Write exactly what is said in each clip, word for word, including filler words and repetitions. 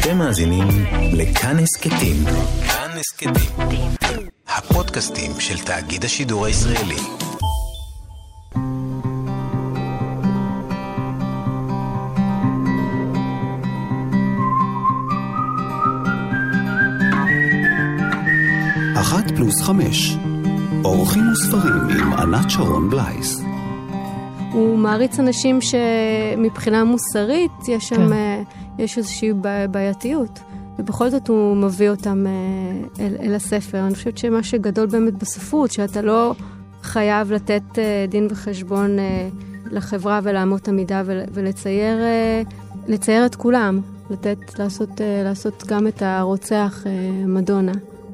אתם מאזינים לכאן הסקטים. כאן הסקטים. הפודקאסטים של תאגיד השידור הישראלי. אחת פלוס חמש. אורחים וספרים עם ענת שרון בלייס. הוא מעריץ אנשים שמבחינה מוסרית יש שם, כן. יש איזושהי בעייתיות. ובכל זאת הוא מביא אותם אל, אל הספר. אני חושבת שמה שגדול באמת בספרות, שאתה לא חייב לתת דין וחשבון לחברה ולאמות המידה ולצייר לצייר את כולם. לתת, לעשות, לעשות גם את הרוצח מדונה.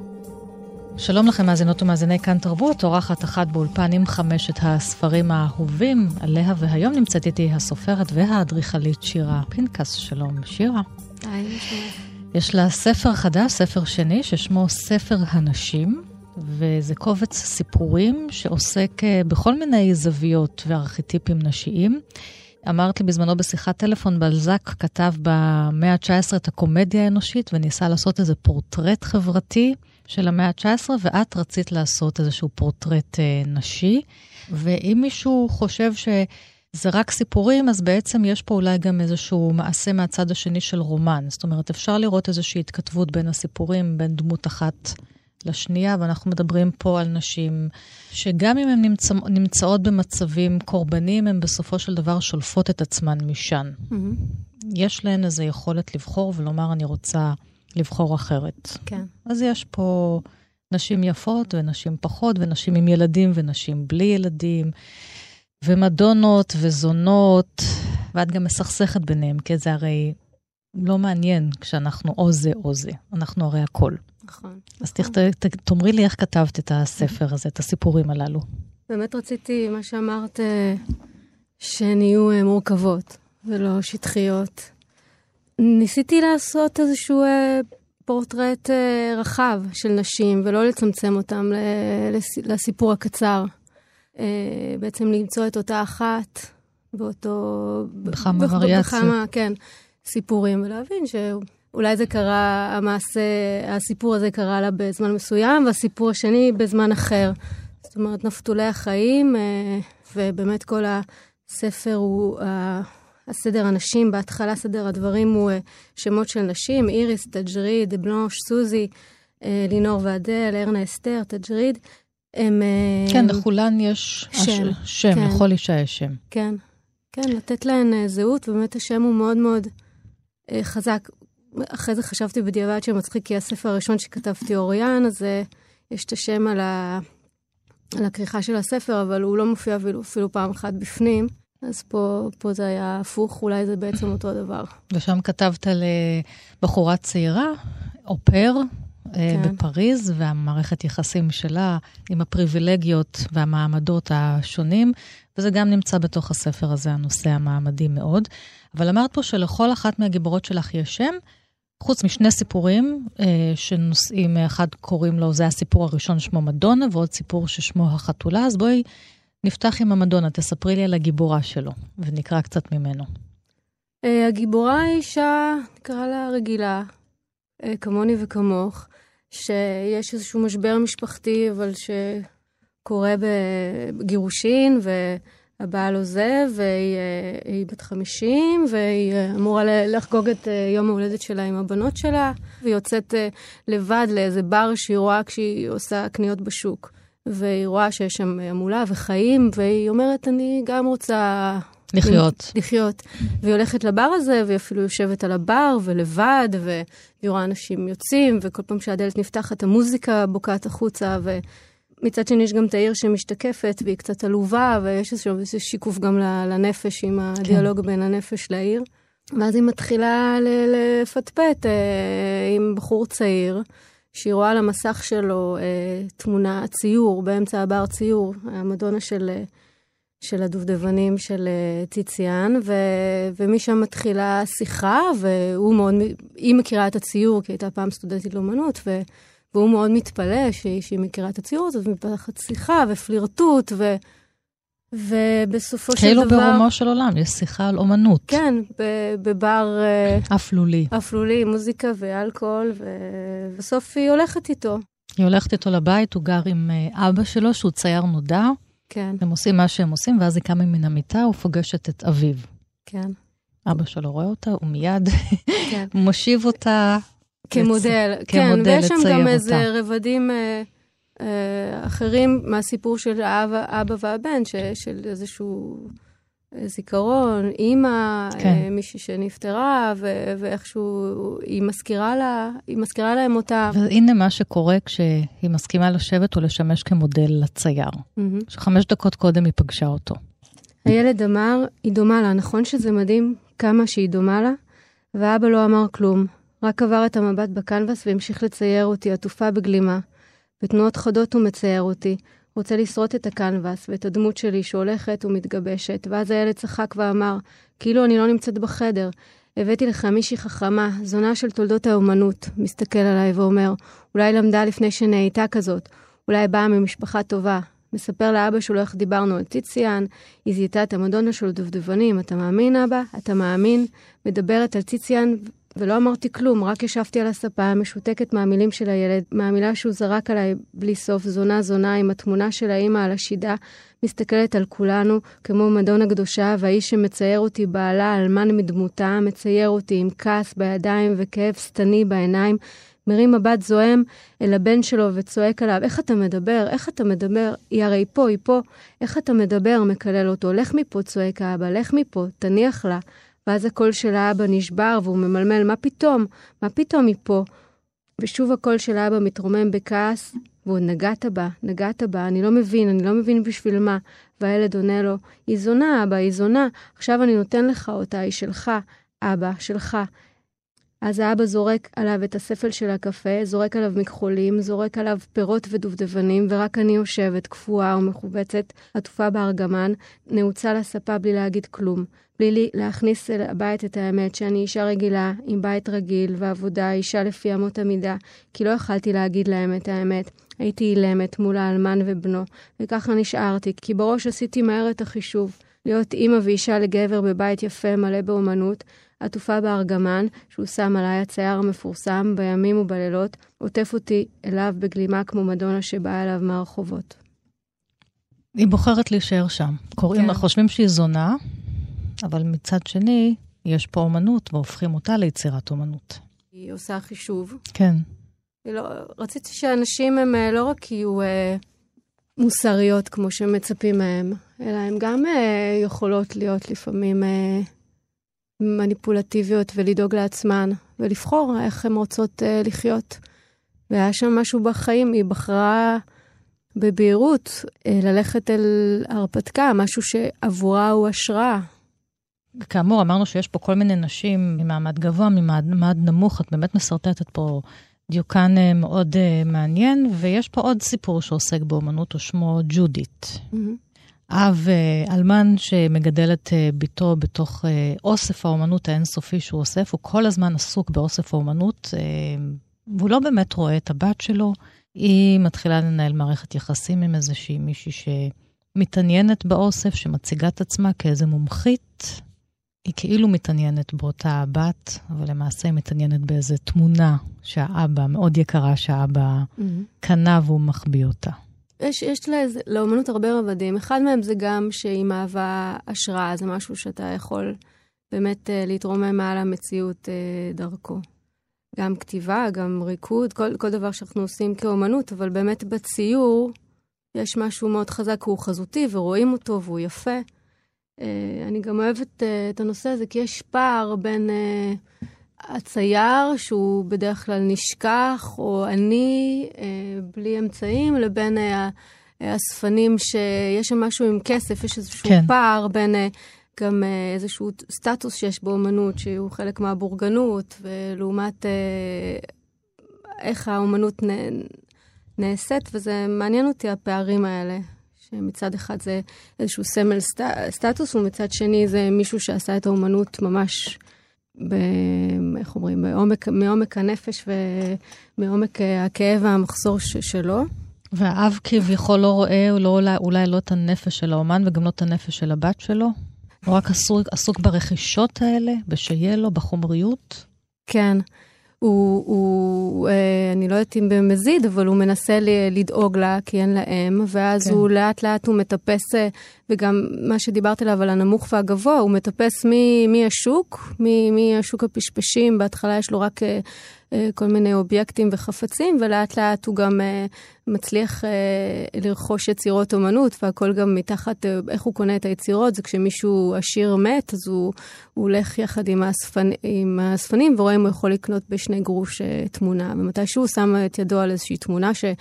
שלום לכם מאזינות ומאזיני כאן תרבות, אורחת אחת באולפן עם חמשת הספרים האהובים עליה, והיום נמצאת איתי הסופרת והאדריכלית שירה פנקס. שלום שירה. היי, שלום. יש לה ספר חדש, ספר שני, ששמו ספר הנשים, וזה קובץ סיפורים שעוסק בכל מיני זוויות וארכיטיפים נשיים. אמרת לי בזמנו בשיחת טלפון, בלזק כתב במאה ה-תשע עשרה את הקומדיה האנושית, וניסה לעשות איזה פורטרט חברתי של המאה ה-תשע עשרה, ואת רצית לעשות איזשהו פורטרט אה, נשי. ואם מישהו חושב שזה רק סיפורים, אז בעצם יש פה אולי גם איזשהו מעשה מהצד השני של רומן. זאת אומרת, אפשר לראות איזושהי התכתבות בין הסיפורים, בין דמות אחת לשנייה, ואנחנו מדברים פה על נשים שגם אם הן נמצא, נמצאות במצבים קורבנים, הן בסופו של דבר שולפות את עצמן משן. Mm-hmm. יש להן איזו יכולת לבחור ולומר, אני רוצה לבחור אחרת. כן. אז יש פה נשים יפות ונשים פחות, ונשים עם ילדים ונשים בלי ילדים, ומדונות וזונות, ואת גם מסכסכת ביניהם, כי זה הרי לא מעניין כשאנחנו או זה או זה. אנחנו הרי הכל. נכון. אז תאמרי לי איך כתבת את הספר הזה, את הסיפורים הללו. באמת רציתי, מה שאמרת, שהן יהיו מורכבות ולא שטחיות. ניסיתי לעשות איזשהו פורטרט רחב של נשים, ולא לצמצם אותם לסיפור הקצר. בעצם למצוא את אותה אחת באותו... בכמה וריאציות. בכמה, כן, סיפורים, ולהבין ש... אולי זה קרה, המעשה, הסיפור הזה קרה לה בזמן מסוים, והסיפור השני בזמן אחר. זאת אומרת, נפתולי החיים, ובאמת כל הספר הוא, הסדר הנשים, בהתחלה סדר הדברים הוא שמות של נשים, איריס, תג'ריד, בלנש, סוזי, לינור ואדל, ארנה אסתר, תג'ריד. הם... כן, לכולן יש שם. שם, כן. לכל אישה יש שם. כן, כן, לתת להן זהות, ובאמת השם הוא מאוד מאוד חזק. אחרי זה חשבתי בדיעבד שמצחיק, כי הספר הראשון שכתבתי אוריאן, אז יש את השם על, ה... על הכריכה של הספר, אבל הוא לא מופיע אפילו, אפילו פעם אחת בפנים. אז פה, פה זה היה הפוך, אולי זה בעצם אותו דבר. ושם כתבת לבחורה צעירה, אופר, כן. בפריז, והמערכת יחסים שלה עם הפריבילגיות והמעמדות השונים, וזה גם נמצא בתוך הספר הזה, הנושא המעמדי מאוד. אבל אמרת פה שלכל אחת מהגיבורות שלך יש שם, חוץ משני סיפורים אה, שנושאים, אחד קוראים לו, זה הסיפור הראשון שמו מדונה, ועוד סיפור ששמו החתולה, אז בואי נפתח עם המדונה, תספרי לי על הגיבורה שלו, ונקרא קצת ממנו. אה, הגיבורה היא אישה, נקרא לה רגילה, אה, כמוני וכמוך, שיש איזשהו משבר משפחתי, אבל שקורה בגירושין, ו... הבעל עוזב, והיא בת חמישים, והיא אמורה לחגוג את יום ההולדת שלה עם הבנות שלה, והיא יוצאת לבד לאיזה בר שהיא רואה כשהיא עושה קניות בשוק. והיא רואה שיש שם עמולה וחיים, והיא אומרת, אני גם רוצה... לחיות. לחיות. והיא הולכת לבר הזה, והיא אפילו יושבת על הבר, ולבד, והיא רואה אנשים יוצאים, וכל פעם שהדלת נפתחת, המוזיקה בוקעת החוצה, ו... מצד שני יש גם את העיר שמשתקפת, והיא קצת עלובה, ויש איזשהו שיקוף גם לנפש, עם הדיאלוג בין הנפש לעיר. ואז היא מתחילה לפטפט עם בחור צעיר, שהיא רואה על המסך שלו תמונה, ציור, באמצע הבר ציור, המדונה של, של הדובדבנים של ציציאן, ו, ומשם מתחילה שיחה, והוא מאוד, היא מכירה את הציור, כי הייתה פעם סטודנטית לאומנות, ו... והוא מאוד מתפלא שהיא, שהיא מכירה את הציור הזאת, ומתפתחת שיחה ופלירטוט, ו... ובסופו של כאילו דבר... כאילו ברומו של עולם, יש שיחה על אומנות. כן, בבר... אפלולי. אפלולי, מוזיקה ואלכוהול, ובסוף היא הולכת איתו. היא הולכת איתו לבית, הוא גר עם אבא שלו, שהוא צייר נודע. כן. הם עושים מה שהם עושים, ואז היא קמה מן המיטה, הוא פוגשת את אביו. כן. אבא שלו רואה אותה, הוא מיד כן. מושיב אותה. כמודל. לצ... כן, כמודל ויש שם גם אותה. איזה רבדים אה, אה, אחרים מהסיפור של האבא, אבא והבן, ש, של איזשהו זיכרון, אימא, כן. אה, מישהי שנפטרה, ו, ואיכשהו היא מזכירה לה, היא מזכירה להם אותה. והנה מה שקורה כשהיא מסכימה לשבת או לשמש כמודל לצייר. Mm-hmm. שחמש דקות קודם היא פגשה אותו. הילד אמר, היא דומה לה, נכון שזה מדהים כמה שהיא דומה לה? ואבא לא אמר כלום, רק עבר את המבט בקנבס והמשיך לצייר אותי, עטופה בגלימה. בתנועות חדות הוא מצייר אותי, רוצה לשרוט את הקנבס ואת הדמות שלי שהולכת ומתגבשת, ואז הילד צחק ואמר, כאילו אני לא נמצאת בחדר. הבאתי לך מישהי חכמה, זונה של תולדות האומנות, מסתכל עליי ואומר, אולי למדה לפני שנהייתה כזאת, אולי באה ממשפחה טובה. מספר לאבא שלו איך דיברנו על ציציאן, היא זיהתה את המדונה של דובדבנים, אתה מאמין אבא? אתה מאמין? מדברת על ציציאן, ולא אמרתי כלום, רק ישבתי על הספה, משותקת מהמילים של הילד, מהמילה שהוא זרק עליי בלי סוף, זונה זונה עם התמונה של האמא על השידה, מסתכלת על כולנו כמו מדונה קדושה, והאיש שמצייר אותי בעלה, אלמן מדמותה, מצייר אותי עם כעס בידיים וכאב סתני בעיניים, מרים מבט זוהם אל הבן שלו וצועק עליו, איך אתה מדבר? איך אתה מדבר? היא הרי פה, היא פה. איך אתה מדבר? מקלל אותו. לך מפה, צועק האבא, לך מפה, תניח לה. ואז הקול של האבא נשבר והוא ממלמל, מה פתאום? מה פתאום היא פה? ושוב הקול של האבא מתרומם בכעס, והוא נגעת בה, נגעת בה, אני לא מבין, אני לא מבין בשביל מה. והילד עונה לו, היא זונה, אבא, היא זונה. עכשיו אני נותן לך אותה, היא שלך, אבא, שלך. אז האבא זורק עליו את הספל של הקפה, זורק עליו מכחולים, זורק עליו פירות ודובדבנים, ורק אני יושבת, קפואה ומחובצת, עטופה בארגמן, נעוצה לספה בלי להגיד כלום. בלי לי להכניס אל הבית את האמת שאני אישה רגילה, עם בית רגיל ועבודה, אישה לפי אמות המידה, כי לא יכלתי להגיד להם את האמת. הייתי אילמת מול האלמן ובנו, וככה נשארתי, כי בראש עשיתי מהר את החישוב. להיות אימא ואישה לגבר בבית יפה מלא באומנות, עטופה בארגמן, שהוא שם עליי הצייר המפורסם בימים ובלילות, עוטף אותי אליו בגלימה כמו מדונה שבאה אליו מהרחובות. היא בוחרת להישאר שם. קוראים, כן. חושבים שהיא זונה, אבל מצד שני, יש פה אומנות, והופכים אותה ליצירת אומנות. היא עושה חישוב. כן. לא, רציתי שאנשים הם לא רק יהיו אה, מוסריות כמו שמצפים מהם, אלא הם גם אה, יכולות להיות לפעמים אה, מניפולטיביות ולדאוג לעצמן, ולבחור איך הן רוצות אה, לחיות. והיה שם משהו בחיים, היא בחרה בבהירות אה, ללכת אל הרפתקה, משהו שעבורה הוא השראה. כאמור, אמרנו שיש פה כל מיני נשים ממעמד גבוה, ממעמד נמוך, את באמת מסרטטת פה דיוקן מאוד מעניין, ויש פה עוד סיפור שעוסק באומנות, הוא שמו ג'ודית. Mm-hmm. אב אלמן שמגדל את ביתו בתוך אוסף האומנות האינסופי שהוא אוסף, הוא כל הזמן עסוק באוסף האומנות, והוא לא באמת רואה את הבת שלו, היא מתחילה לנהל מערכת יחסים עם איזושהי מישהי שמתעניינת באוסף, שמציגה את עצמה כאיזה מומחית, היא כאילו מתעניינת באותה בת, אבל למעשה היא מתעניינת באיזו תמונה שהאבא, מאוד יקרה שהאבא mm-hmm. קנה והוא מחביא אותה. יש, יש לה, לאומנות הרבה רבדים. אחד מהם זה גם שהיא מהווה השראה, זה משהו שאתה יכול באמת להתרומם מעל המציאות דרכו. גם כתיבה, גם ריקוד, כל, כל דבר שאנחנו עושים כאומנות, אבל באמת בציור יש משהו מאוד חזק, הוא חזותי ורואים אותו והוא יפה. אני גם אוהבת את הנושא הזה, כי יש פער בין הצייר, שהוא בדרך כלל נשכח, או אני, בלי אמצעים, לבין הספנים שיש שם משהו עם כסף, יש איזשהו כן. פער בין גם איזשהו סטטוס שיש באומנות, שהוא חלק מהבורגנות, ולעומת איך האומנות נעשית, וזה מעניין אותי הפערים האלה. שמצד אחד זה איזשהו סמל סט... סטטוס, ומצד שני זה מישהו שעשה את האומנות ממש, ב... איך אומרים, בעומק, מעומק הנפש ומעומק הכאב והמחסור ש... שלו. והאב כביכול לא רואה, לא, אולי, אולי לא את הנפש של האומן, וגם לא את הנפש של הבת שלו? הוא רק עסוק, עסוק ברכישות האלה, בשיהיה לו, בחומריות? כן. הוא, הוא, אני לא יודעת אם במזיד, אבל הוא מנסה לדאוג לה, כי אין להם, ואז כן. הוא לאט לאט הוא מטפס, וגם מה שדיברת עליו על הנמוך והגבוה, הוא מטפס מהשוק, מהשוק הפשפשים, בהתחלה יש לו רק כל מיני אובייקטים וחפצים, ולאט לאט הוא גם מצליח לרכוש יצירות אומנות, והכל גם מתחת, איך הוא קונה את היצירות, זה כשמישהו עשיר מת, אז הוא, הוא הולך יחד עם, האספנ, עם האספנים, ורואה אם הוא יכול לקנות בשני גרוש תמונה, ומתי שהוא שם את ידו על איזושהי תמונה ש,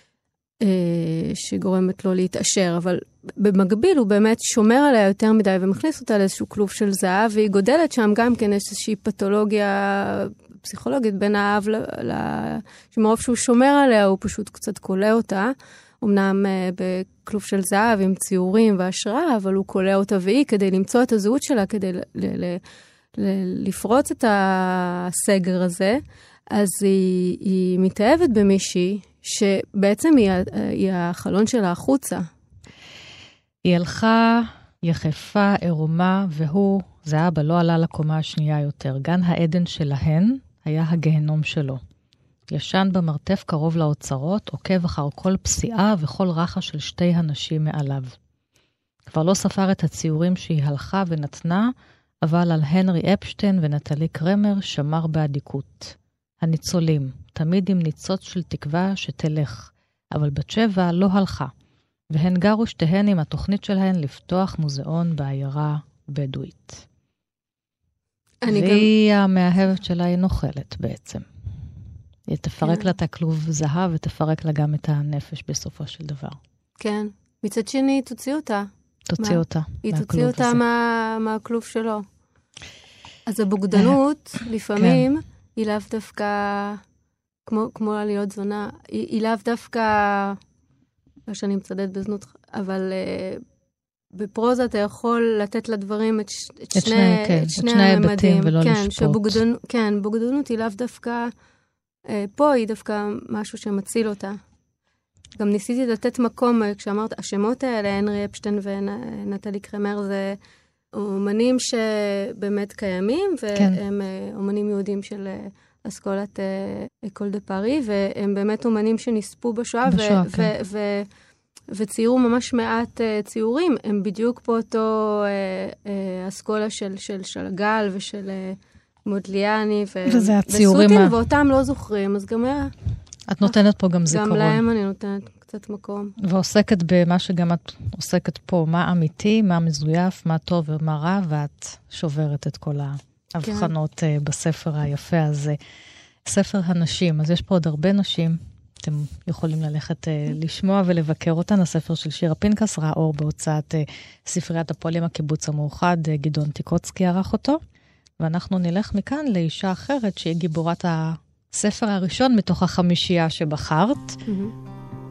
שגורמת לו להתעשר, אבל במקביל הוא באמת שומר עליה יותר מדי, ומכניס אותה לאיזשהו כלוב של זהב, והיא גודלת שם גם כן איזושהי פתולוגיה פסיכולוגית בין האב, ל... ל... שמרוב שהוא שומר עליה, הוא פשוט קצת קולה אותה, אמנם uh, בכלוב של זהב עם ציורים והשראה, אבל הוא קולה אותה והיא כדי למצוא את הזהות שלה, כדי ל... ל... ל... ל... לפרוץ את הסגר הזה, אז היא, היא מתאהבת במישהי, שבעצם היא, היא החלון שלה החוצה. היא הלכה יחפה, עירומה, והוא, זה אבא, לא עלה לקומה השנייה יותר. גן העדן שלהן היה הגהנום שלו. ישן במרתף קרוב לאוצרות, עוקב אחר כל פסיעה וכל רחה של שתי הנשים מעליו. כבר לא ספר את הציורים שהיא הלכה ונתנה, אבל על הנרי אפשטיין ונטלי קרמר שמר באדיקות. הניצולים, תמיד עם ניצוץ של תקווה שתלך, אבל בת שבע לא הלכה, והן גרו שתיהן עם התוכנית שלהן לפתוח מוזיאון בעיירה בדואית. והיא גם... המאהבת שלה היא נוחלת בעצם. היא תפרק כן. לה את הכלוב זהב ותפרק לה גם את הנפש בסופו של דבר. כן. מצד שני, תוציא אותה. תוציא מה? אותה. היא תוציא אותה מה... מהכלוב שלו. אז הבוגדנות, לפעמים, כן. היא לאו דווקא, כמו, כמו להיות זונה, היא, היא לאו דווקא, לא שאני מצדד בזנות, אבל uh, בפרוזה אתה יכול לתת לדברים את, ש, את, את שני, שני, כן, את שני, את שני הממדים. ולא כן, לשפוט. שבוגדנ, כן, בוגדנות היא לאו דווקא, uh, פה היא דווקא משהו שמציל אותה. גם ניסיתי לתת מקום, כשאמרת, השמות האלה, הנרי אפשטיין ונטלי קרמר, זה אומנים שבאמת קיימים, והם כן. אומנים יהודים של אסכולת אקול דה פארי, והם באמת אומנים שנספו בשואה, בשואה ו- כן. ו- ו- וציירו ממש מעט ציורים, הם בדיוק פה אותו אסכולה של, של שלגל ושל מודליאני, ו- וזה הציורים וסוטין, ה... ואותם לא זוכרים, אז גם היה... את נותנת פה גם זיכרון. גם להם אני נותנת קצת מקום. ועוסקת במה שגם את עוסקת פה, מה אמיתי, מה מזויף, מה טוב ומה רע, ואת שוברת את כל ההבחנות כן. בספר היפה הזה. ספר הנשים, אז יש פה עוד הרבה נשים, אתם יכולים ללכת לשמוע ולבקר אותן. הספר של שירה פנקס ראה אור בהוצאת ספריית הפועלים הקיבוץ המאוחד, גדעון טיקוצקי ערך אותו, ואנחנו נלך מכאן לאישה אחרת שהיא גיבורת ה... ספר הראשון מתוך החמישייה שבחרת. Mm-hmm.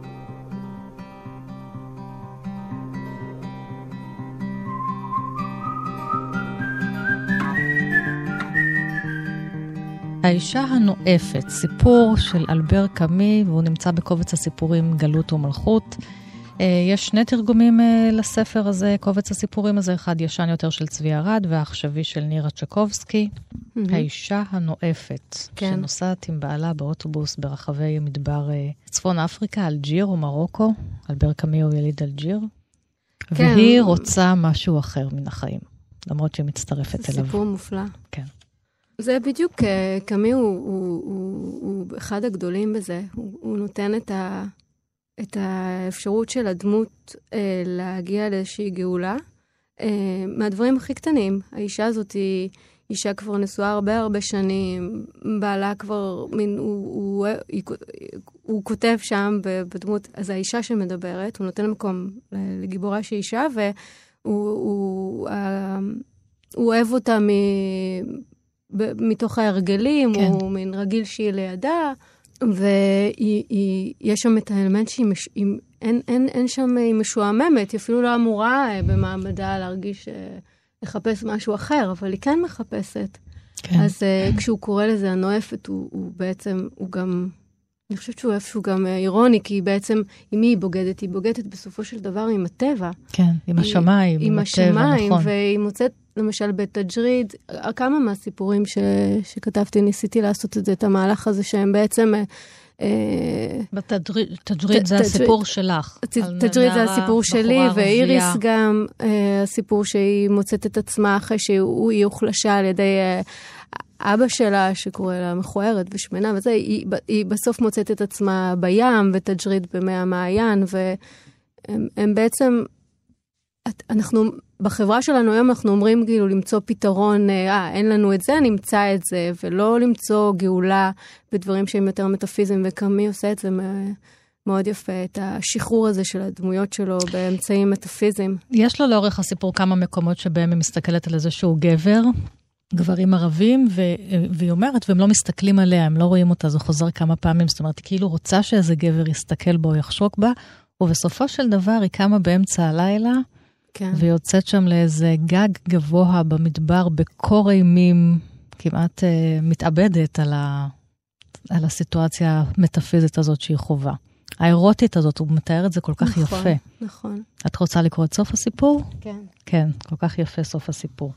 האישה הנואפת, סיפור של אלבר קאמי, והוא נמצא בקובץ הסיפורים גלות ומלכות. יש שני תרגומים לספר הזה, קובץ הסיפורים הזה, אחד ישן יותר של צבי ארד, והעכשווי של נירה צ'קובסקי. Mm-hmm. האישה הנואפת, כן. שנוסעת עם בעלה באוטובוס ברחבי מדבר צפון אפריקה, אלג'יר או מרוקו. אלבר קאמי הוא יליד אלג'יר. כן. והיא רוצה משהו אחר מן החיים, למרות שהיא מצטרפת אליו. סיפור מופלא. כן. זה בדיוק, קאמי הוא, הוא, הוא, הוא אחד הגדולים בזה. הוא, הוא נותן את ה... את האפשרות של הדמות אה, להגיע לאיזושהי גאולה. אה, מהדברים הכי קטנים, האישה הזאת היא אישה כבר נשואה הרבה הרבה שנים, בעלה כבר, מין, הוא, הוא, הוא, הוא, הוא כותב שם בדמות, אז האישה שמדברת, הוא נותן מקום לגיבורה שהיא אישה, והוא הוא, אה, הוא אוהב אותה מ, ב, מתוך ההרגלים, כן. הוא מין רגיל שהיא לידה, ויש שם את האלמנט שהיא, מש... אין, אין, אין שם, היא משועממת, היא אפילו לא אמורה במעמדה להרגיש, לחפש משהו אחר, אבל היא כן מחפשת. כן. אז כשהוא קורא לזה הנואפת, הוא, הוא בעצם, הוא גם אני חושבת שהוא איפשהו גם אירוני, כי בעצם, עם מי היא בוגדת? היא בוגדת בסופו של דבר עם הטבע. כן, עם השמיים, עם, עם הטבע, השמיים, נכון. והיא מוצאת, למשל, בתג'ריד, כמה מהסיפורים ש... שכתבתי, ניסיתי לעשות את זה, את המהלך הזה, שהם בעצם... בתג'ריד זה הסיפור שלך. תג'ריד זה הסיפור שלי, ואיריס גם הסיפור שהיא מוצאת את עצמה אחרי שהיא הוחלשה על ידי אבא שלה, שקורא לה מכוערת ושמנה, וזה, היא בסוף מוצאת את עצמה בים, ותג'ריד במי המעיין, והם בעצם, אנחנו, בחברה שלנו היום אנחנו אומרים כאילו למצוא פתרון, אה, אין לנו את זה, נמצא את זה, ולא למצוא גאולה בדברים שהם יותר מטאפיזיים, וקמי עושה את זה מאוד יפה, את השחרור הזה של הדמויות שלו באמצעים מטאפיזיים. יש לו לאורך הסיפור כמה מקומות שבהם היא מסתכלת על איזשהו גבר, גברים ערבים, ו- והיא אומרת, והם לא מסתכלים עליה, הם לא רואים אותה, זה חוזר כמה פעמים, זאת אומרת, היא כאילו רוצה שאיזה גבר יסתכל בו, יחשוק בה, ובסופו של דבר היא קמה באמצע הלילה, כן. ויוצאת שם לאיזה גג גבוה במדבר, בקור אימים, כמעט אה, מתאבדת על, ה- על הסיטואציה המטאפיזית הזאת שהיא חובה. האירוטית הזאת, הוא מתאר את זה כל כך נכון, יפה. נכון. את רוצה לקרוא את סוף הסיפור? כן. כן, כל כך יפה סוף הסיפור.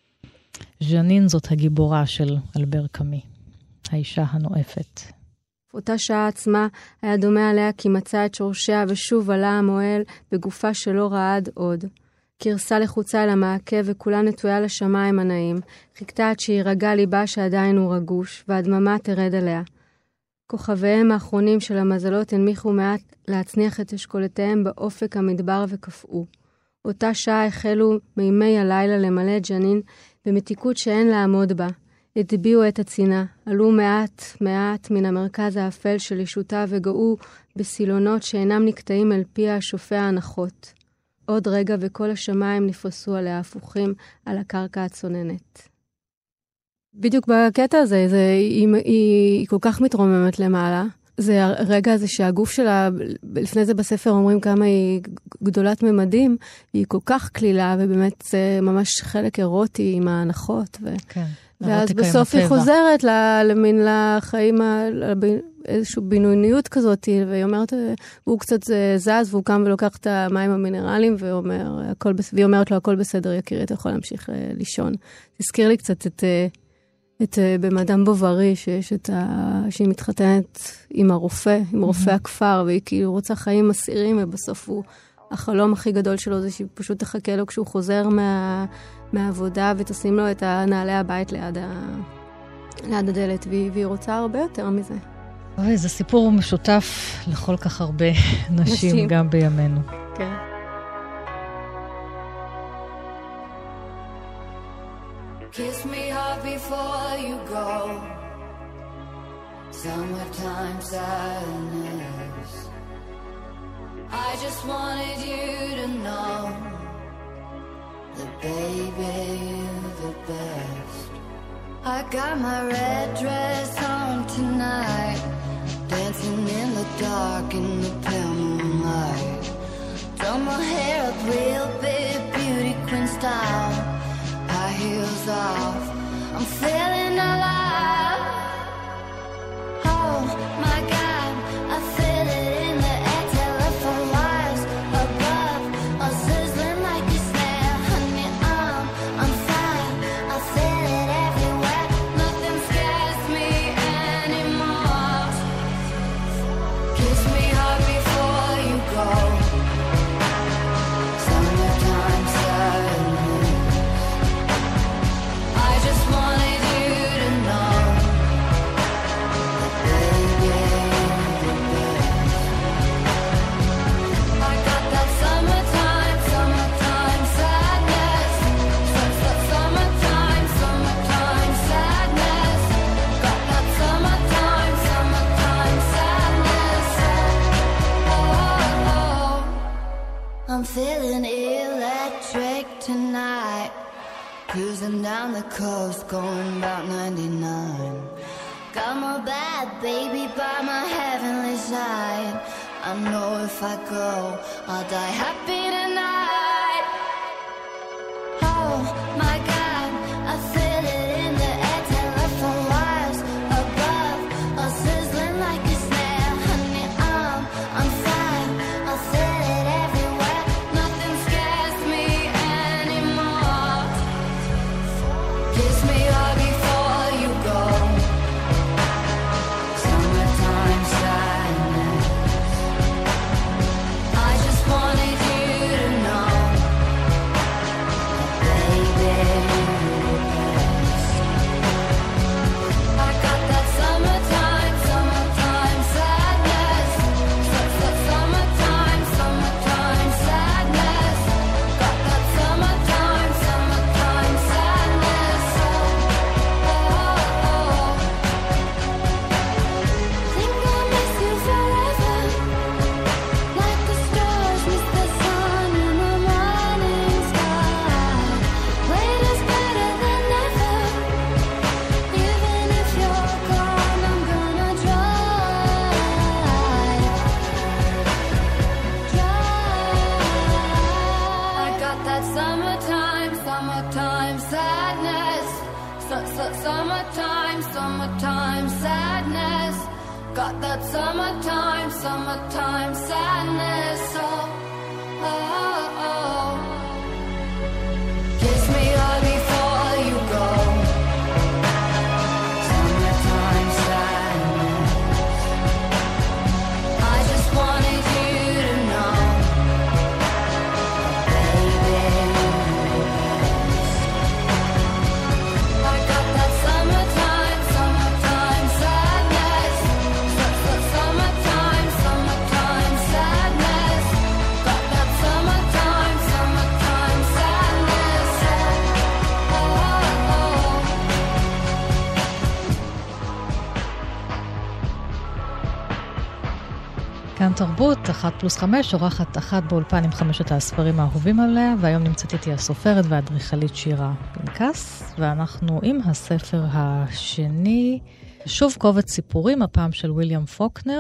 ז'נין זאת הגיבורה של אלבר קאמי, האישה הנואפת. אותה שעה עצמה היה דומה עליה כי מצא את שורשיה ושוב עלה המועל בגופה שלא רעד עוד. קרסה לחוצה אל המעקה וכולה נטויה לשמיים הנעים. חיכתה עד שירגע ליבה שעדיין הוא רגוש, והדממה תרד עליה. כוכביהם האחרונים של המזלות הנמיכו מעט להצניח את אשכולותיהם באופק המדבר וקפאו. אותה שעה החלו מימי הלילה למלא ג'נין במתיקות שאין לעמוד בה. הטביעו את הצינה, עלו מעט מעט מן המרכז האפל של ישותה וגאו בסילונות שאינם נקטעים אל פיה השופע הנחות. עוד רגע וכל השמיים נפרסו עליה הפוכים על הקרקע הצוננת. בדיוק בקטע הזה, זה, היא, היא, היא כל כך מתרוממת למעלה. זה הרגע הזה שהגוף שלה, לפני זה בספר אומרים כמה היא גדולת ממדים, היא כל כך כלילה, ובאמת זה ממש חלק אירוטי עם ההנחות. ו... כן, ואז בסוף היא חוזרת למין לחיים, איזושהי בינוניות כזאת, והיא אומרת, הוא קצת זז, והוא קם ולוקח את המים המינרליים, ואומר, הכל, והיא אומרת לו, הכל בסדר, יקירי, אתה יכול להמשיך לישון. תזכיר לי קצת את... את במאדם בוברי, שיש את ה... שהיא מתחתנת עם הרופא, עם רופא הכפר, והיא כאילו רוצה חיים מסעירים, ובסוף הוא, החלום הכי גדול שלו זה שהיא פשוט תחכה לו כשהוא חוזר מה... מהעבודה, ותשים לו את נעלי הבית ליד, ה... ליד הדלת, והיא... והיא רוצה הרבה יותר מזה. אוי, זה סיפור משותף לכל כך הרבה נשים, נשים. גם בימינו. כן. Kiss me hard before you go. Summertime sadness. I just wanted you to know that baby you're the best. I got my red dress on tonight, dancing in the dark in the pale moonlight. Done my hair up real big, beauty queen style. High heels off, I'm feeling alive. Oh my God, I feel it in the air, telephone wires above, all sizzling like a snare. Honey, I'm on fire, I feel it everywhere. Nothing scares me anymore. Kiss me hard before you go. Summertime sadness. I just wanted you to know that baby you're the best. I got that summertime, summertime sadness. Summertime, summertime sadness. Got that summertime, summertime sadness. Oh, oh. I'm feeling electric tonight. Cruising down the coast, going about ninety-nine. Got my bad baby by my heavenly side. I know if I go, I'll die happy tonight. Oh my God, I feel it in the air, telephone wires above, all sizzling like a snare. got that summertime, summertime sadness. Oh, oh, oh. Kiss me hard before you go. Summertime sadness. I just wanted you to know, baby. I got that summertime, summertime sadness. Summertime, summertime sadness. Got that summertime, summertime sadness. Oh, oh, oh. כאן תרבות, אחת פלוס חמש, אורחת אחת באולפן עם חמשת הספרים האהובים עליה, והיום נמצאת איתי הסופרת והאדריכלית שירה פנקס, ואנחנו עם הספר השני, שוב קובץ סיפורים, הפעם של ויליאם פוקנר,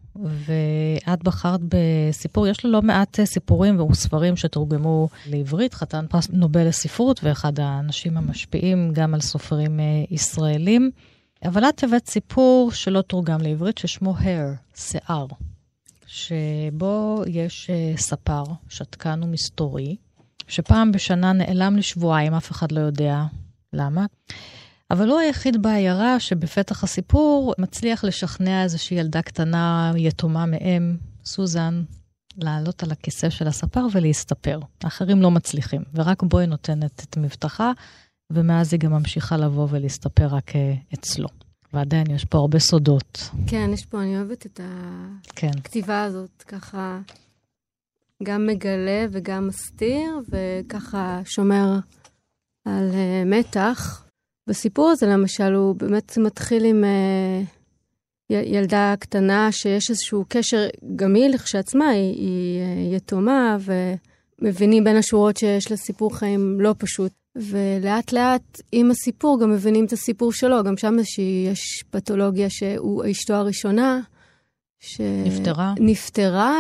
ואת בחרת בסיפור, יש לו לא מעט סיפורים וספרים שתורגמו לעברית, חתן פרס נובל לספרות, ואחד האנשים המשפיעים גם על סופרים ישראלים, אבל את הבאת סיפור שלא תורגם לעברית, ששמו hair, שיער. שבו יש uh, ספר, שתקן ומסתורי, שפעם בשנה נעלם לשבועיים, אף אחד לא יודע למה. אבל הוא היחיד בעיירה שבפתח הסיפור מצליח לשכנע איזושהי ילדה קטנה, יתומה מאם, סוזן, לעלות על הכיסא של הספר ולהסתפר. האחרים לא מצליחים, ורק בו היא נותנת את מבטחה, ומאז היא גם ממשיכה לבוא ולהסתפר רק uh, אצלו. ועדיין יש פה הרבה סודות. כן, יש פה, אני אוהבת את כן. הכתיבה הזאת, ככה גם מגלה וגם מסתיר, וככה שומר על uh, מתח. בסיפור הזה, למשל, הוא באמת מתחיל עם uh, י- ילדה קטנה, שיש איזשהו קשר, גם היא לכשעצמה, היא, היא uh, יתומה, ומבינים בין השורות שיש לה סיפור חיים לא פשוט. ולאט לאט עם הסיפור גם מבינים את הסיפור שלו, גם שם יש פתולוגיה שהוא אשתו הראשונה, שנפטרה, נפטרה,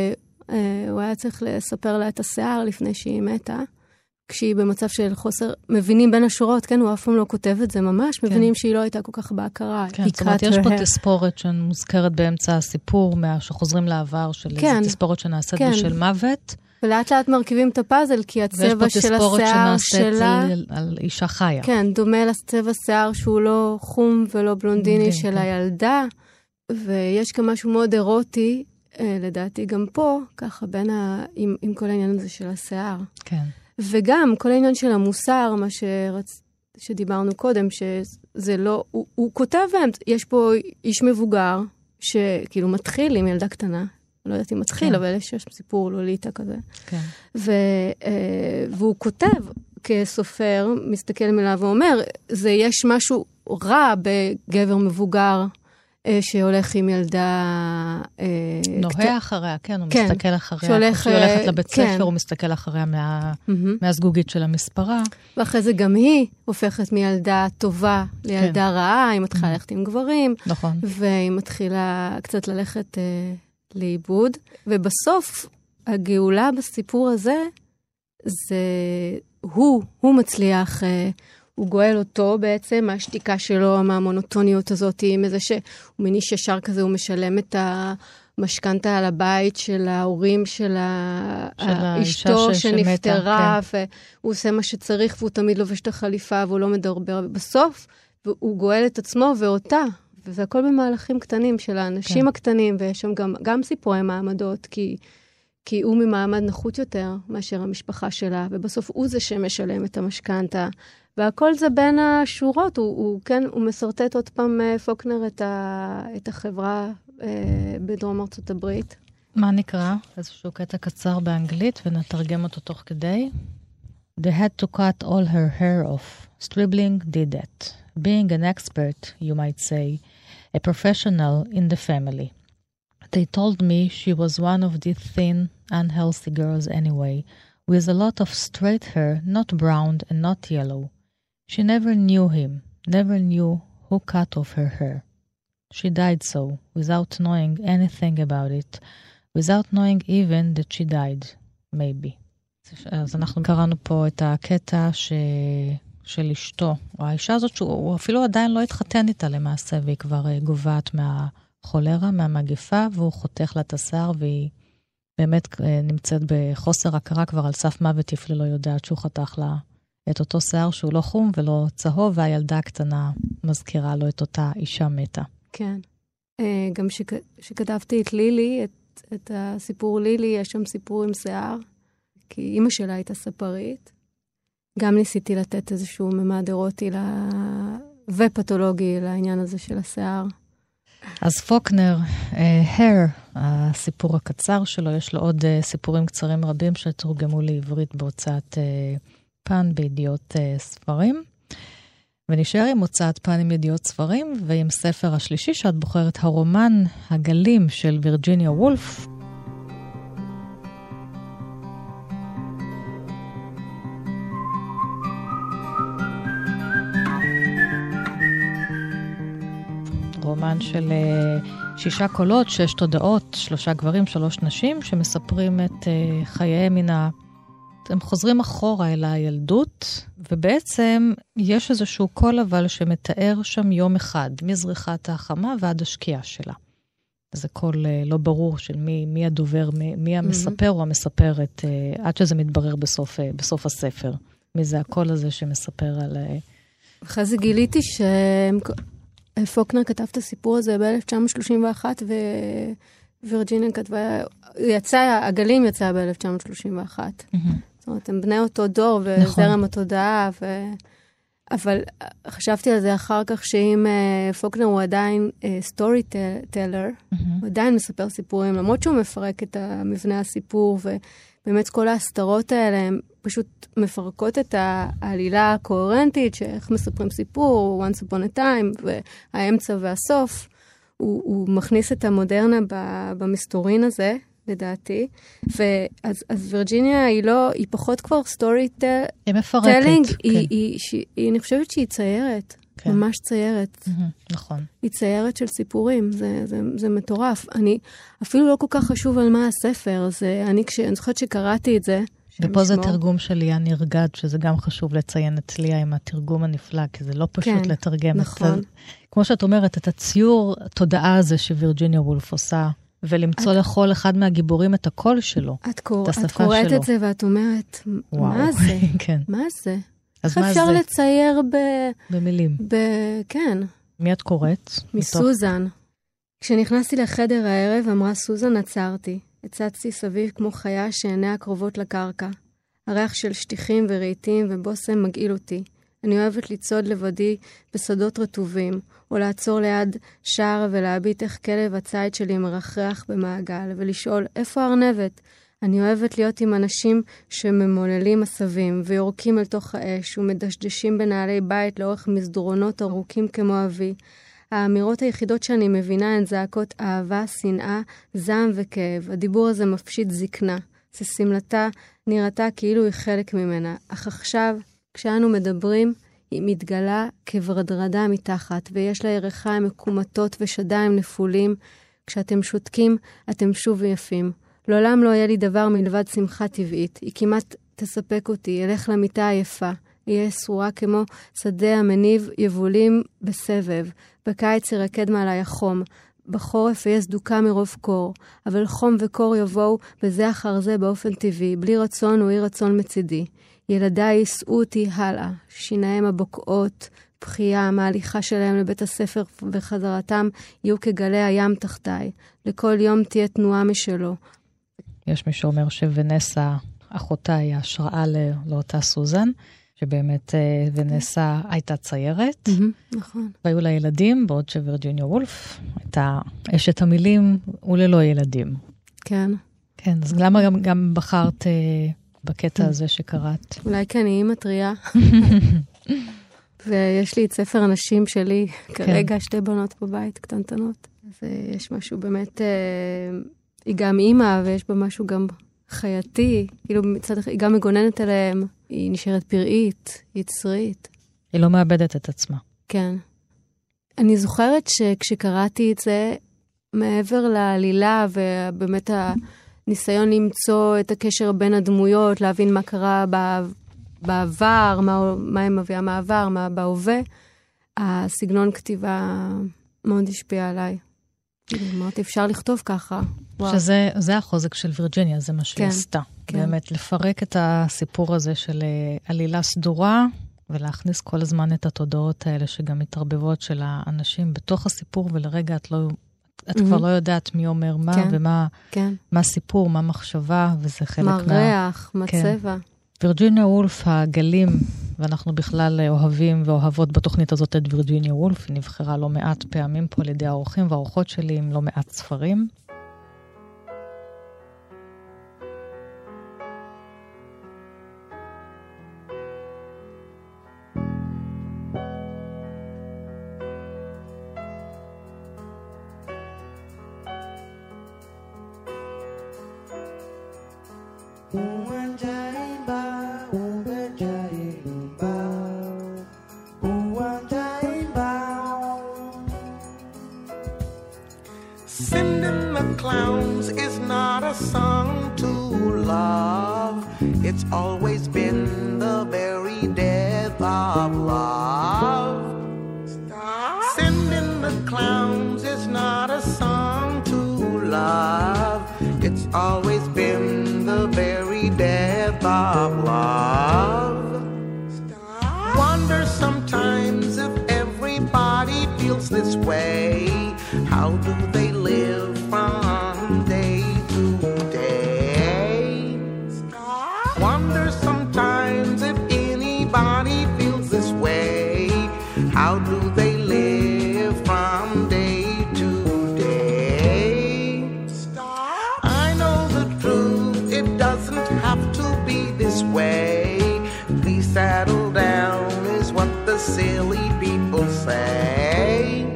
והוא היה צריך לספר לה את השיער לפני שהיא מתה, כשהיא במצב של חוסר, מבינים בין השורות, כן, הוא אף פעם לא כותב את זה ממש, כן. מבינים שהיא לא הייתה כל כך בהכרה. כן, זאת אומרת, יש פה תספורת שמוזכרת באמצע הסיפור, שחוזרים לעבר של כן. איזו תספורת שנעשית כן. בשל מוות, ולאט לאט מרכיבים את הפאזל, כי הצבע של השיער שלה... על, על אישה חיה. כן, דומה לצבע שיער שהוא לא חום ולא בלונדיני של כן. הילדה, ויש גם משהו מאוד אירוטי, אה, לדעתי גם פה, ככה בין ה... עם, עם כל העניין הזה של השיער. כן. וגם כל העניין של המוסר, מה שרצ... שדיברנו קודם, שזה לא... הוא, הוא כותב, יש פה איש מבוגר, שכאילו מתחיל עם ילדה קטנה, לא יודעת אם מתחיל, כן. אבל יש סיפור לוליטה כזה. כן. ו, והוא כותב כסופר, מסתכל מילה ואומר, זה יש משהו רע בגבר מבוגר שהולך עם ילדה... נוהה כת... אחריה, כן, הוא כן. מסתכל אחריה. שהולך, כשהיא הולכת לבית כן. ספר, הוא מסתכל אחריה מה... mm-hmm. מהסגוגית של המספרה. ואחרי זה גם היא הופכת מילדה טובה לילדה כן. רעה, היא מתחילה mm-hmm. ללכת עם גברים. נכון. והיא מתחילה קצת ללכת... לאיבוד, ובסוף הגאולה בסיפור הזה, זה הוא, הוא מצליח, הוא גואל אותו בעצם, מהשתיקה שלו, מהמונוטוניות הזאת, עם איזה שהוא מניש ישר כזה, הוא משלם את המשכנתה על הבית של ההורים של האשתו שנפטרה, כן. והוא עושה מה שצריך, והוא תמיד לובש את החליפה, והוא לא מדרבר בסוף, והוא גואל את עצמו ואותה, וזה הכל במהלכים קטנים של האנשים כן. הקטנים, ויש שם גם, גם סיפורי מעמדות, כי, כי הוא ממעמד נחות יותר מאשר המשפחה שלה, ובסוף הוא זה שמשלם את המשכנתה, והכל זה בין השורות, הוא, הוא, כן, הוא מסרטט עוד פעם פוקנר את, ה, את החברה אה, בדרום ארצות הברית. מה נקרא? איזשהו קטע קצר באנגלית, ונתרגם אותו תוך כדי. They had to cut all her hair off. Stribling did that. Being an expert, you might say, a professional in the family. They told me she was one of the thin, unhealthy girls anyway, with a lot of straight hair, not brown and not yellow. She never knew him, never knew who cut off her hair. She died so, without knowing anything about it, without knowing even that she died, maybe. אז אנחנו קראנו פה את הקטע ש... של אשתו, או האישה הזאת שהוא אפילו עדיין לא התחתן איתה למעשה, והיא כבר גובעת חולרה מהמגיפה, והוא חותך לה את השיער, והיא באמת נמצאת בחוסר הכרה כבר על סף מוות, היא אפילו לא יודעת שהוא חתך לה את אותו שיער שהוא לא חום ולא צהוב, והילדה הקטנה מזכירה לו את אותה אישה מתה. כן. גם שכתבתי את לילי, את, את הסיפור לילי, יש שם סיפור עם שיער, כי אימא שלה הייתה ספרית. גם ניסיתי לתת איזשהו ממד אירוטי ופתולוגי לעניין הזה של השיער. אז פוקנר, הר, הסיפור הקצר שלו, יש לו עוד סיפורים קצרים רבים שתורגמו לעברית בהוצאת פן בידיעות ספרים. ונשאר עם הוצאת פן עם ידיעות ספרים, ועם ספר השלישי שאת בוחרת, הרומן הגלים של וירג'יניה וולף. רומן של שישה קולות, שש תודעות, שלושה גברים, שלוש נשים, שמספרים את חייהם מן ה... הם חוזרים אחורה אל הילדות, ובעצם יש איזשהו קול אבל שמתאר שם יום אחד, מזריחת החמה ועד השקיעה שלה. זה קול לא ברור של מי, מי הדובר, מי, מי המספר או המספרת, עד שזה מתברר בסוף, בסוף הספר. מי זה הקול הזה שמספר על... אחרי זה גיליתי שפוקנר כתב את הסיפור הזה ב-אלף תשע מאות שלושים ואחת, ווירג'יניה כתבה, יצא, הגלים יצא ב-אלף תשע מאות שלושים ואחת. זאת אומרת, הם בני אותו דור וזרם התודעה, ו... אבל חשבתי על זה אחר כך שאם uh, פוקנר הוא עדיין סטורי uh, טלר, mm-hmm. הוא עדיין מספר סיפורים, למרות שהוא מפרק את המבנה הסיפור, ובאמת כל ההסתרות האלה, הן פשוט מפרקות את העלילה הקוהרנטית, שאיך מספרים סיפור, once upon a time, והאמצע והסוף, הוא, הוא מכניס את המודרנה במסתורין הזה, לדעתי, ואז אז וירג'יניה היא לא, היא פחות כבר סטורי טלינג, היא מפרקת, היא, היא, היא, אני חושבת שהיא ציירת, כן. ממש ציירת. Mm-hmm, נכון. היא ציירת של סיפורים, זה, זה, זה מטורף. אני אפילו לא כל כך חשוב על מה הספר, זה, אני, כש, אני זוכרת שקראתי את זה, ופה זה תרגום של ליה נרגד, שזה גם חשוב לציין את ליה עם התרגום הנפלא, כי זה לא פשוט כן, לתרגם. נכון. את, כמו שאת אומרת, את הציור התודעה הזה שווירג'יניה וולף עושה, ולמצוא את... לכל אחד מהגיבורים את הקול שלו, את, קור... את קוראת שלו. את זה ואת אומרת, וואו. מה זה? כן. מה זה? איך אפשר זה? לצייר ב... במילים. ב... כן. מי את קוראת? מסוזן. מתוך... כשנכנסתי לחדר הערב, אמרה סוזן, עצרתי. הצצתי סביב כמו חיה שעיניה קרובות לקרקע. הריח של שטיחים ורהיטים ובוסם מגעיל אותי. אני אוהבת לצעוד לבדי בשדות רטובים, או לעצור ליד שער ולהביט איך כלב הצייד שלי מרחרח במעגל, ולשאול איפה הארנבת. אני אוהבת להיות עם אנשים שממוללים עשבים, ויורקים אל תוך האש, ומדשדשים בנעלי בית לאורך מסדרונות ארוכים כמו אבי. האמירות היחידות שאני מבינה הן זעקות אהבה, שנאה, זעם וכאב. הדיבור הזה מפשיט זקנה. סמלתה נראתה כאילו היא חלק ממנה. אך עכשיו, כשאנו מדברים, היא מתגלה כברדרדה מתחת, ויש לה ירחיים מקומטות ושדיים נפולים. כשאתם שותקים, אתם שוב יפים. לעולם לא היה לי דבר מלבד שמחה טבעית. היא כמעט תספק אותי, אלך למיטה היפה. יהיה סרורה כמו שדה המניב יבולים בסבב. בקיץ ירקד מעלי החום. בחורף יהיה סדוקה מרוב קור. אבל חום וקור יבואו בזה אחר זה באופן טבעי, בלי רצון או אי רצון מצידי. ילדיי יישאו אותי הלאה. שיניים הבוקעות, בחייה, מההליכה שלהם לבית הספר וחזרתם יהיו כגלי הים תחתיי. לכל יום תהיה תנועה משלו. יש מי שאומר שוונסה, אחותה, היא השראה לאותה סוזן. שבאמת ונסה הייתה ציירת. נכון. והיו לה ילדים, בעוד שווירג'יניה וולף הייתה אשת המילים וללא ילדים. כן. כן, אז למה גם, גם בחרת בקטע הזה שקראת? אולי כן, היא מטריה. ויש לי את ספר הנשים שלי, כרגע שתי בנות בבית, קטנטנות. אז יש משהו באמת, היא גם אימא, ויש בה משהו גם חייתי, כאילו מצד אחר, היא גם מגוננת עליהם, היא נשארת פראית, יצרית. היא לא מאבדת את עצמה. כן. אני זוכרת שכשקראתי את זה, מעבר לעלילה, ובאמת הניסיון למצוא את הקשר בין הדמויות, להבין מה קרה בעבר, מה, מה הם מביאה מהעבר, מה בהווה, הסגנון כתיבה מאוד השפיע עליי. אמרתי, אפשר לכתוב ככה. שזה זה החוזק של וירג'יניה, זה מה שהיא עשתה. באמת, לפרק את הסיפור הזה של עלילה סדורה, ולהכניס כל הזמן את התודעות האלה, שגם מתערבבות של האנשים בתוך הסיפור, ולרגע את לא... את כבר לא יודעת מי אומר מה, ומה הסיפור, מה מחשבה, וזה חלק מה... מה ריח, מה צבע. וירג'יניה וולף, הגלים, ואנחנו בכלל אוהבים ואוהבות בתוכנית הזאת את וירג'יניה וולף, היא נבחרה לא מעט פעמים פה על ידי האורחים והאורחות שלי עם לא מעט ספרים. Sending the clowns is not a song to love. It's always been the very death of love. Stop. Sending the clowns is not a song to love. It's always been the very death of love. Stop. Wonder sometimes if everybody feels this way. How do they live from day to day? Stop. Wonder sometimes if anybody feels this way. How do they live from day to day? Stop. I know the truth, it doesn't have to be this way. Please settle down is what the silly people say.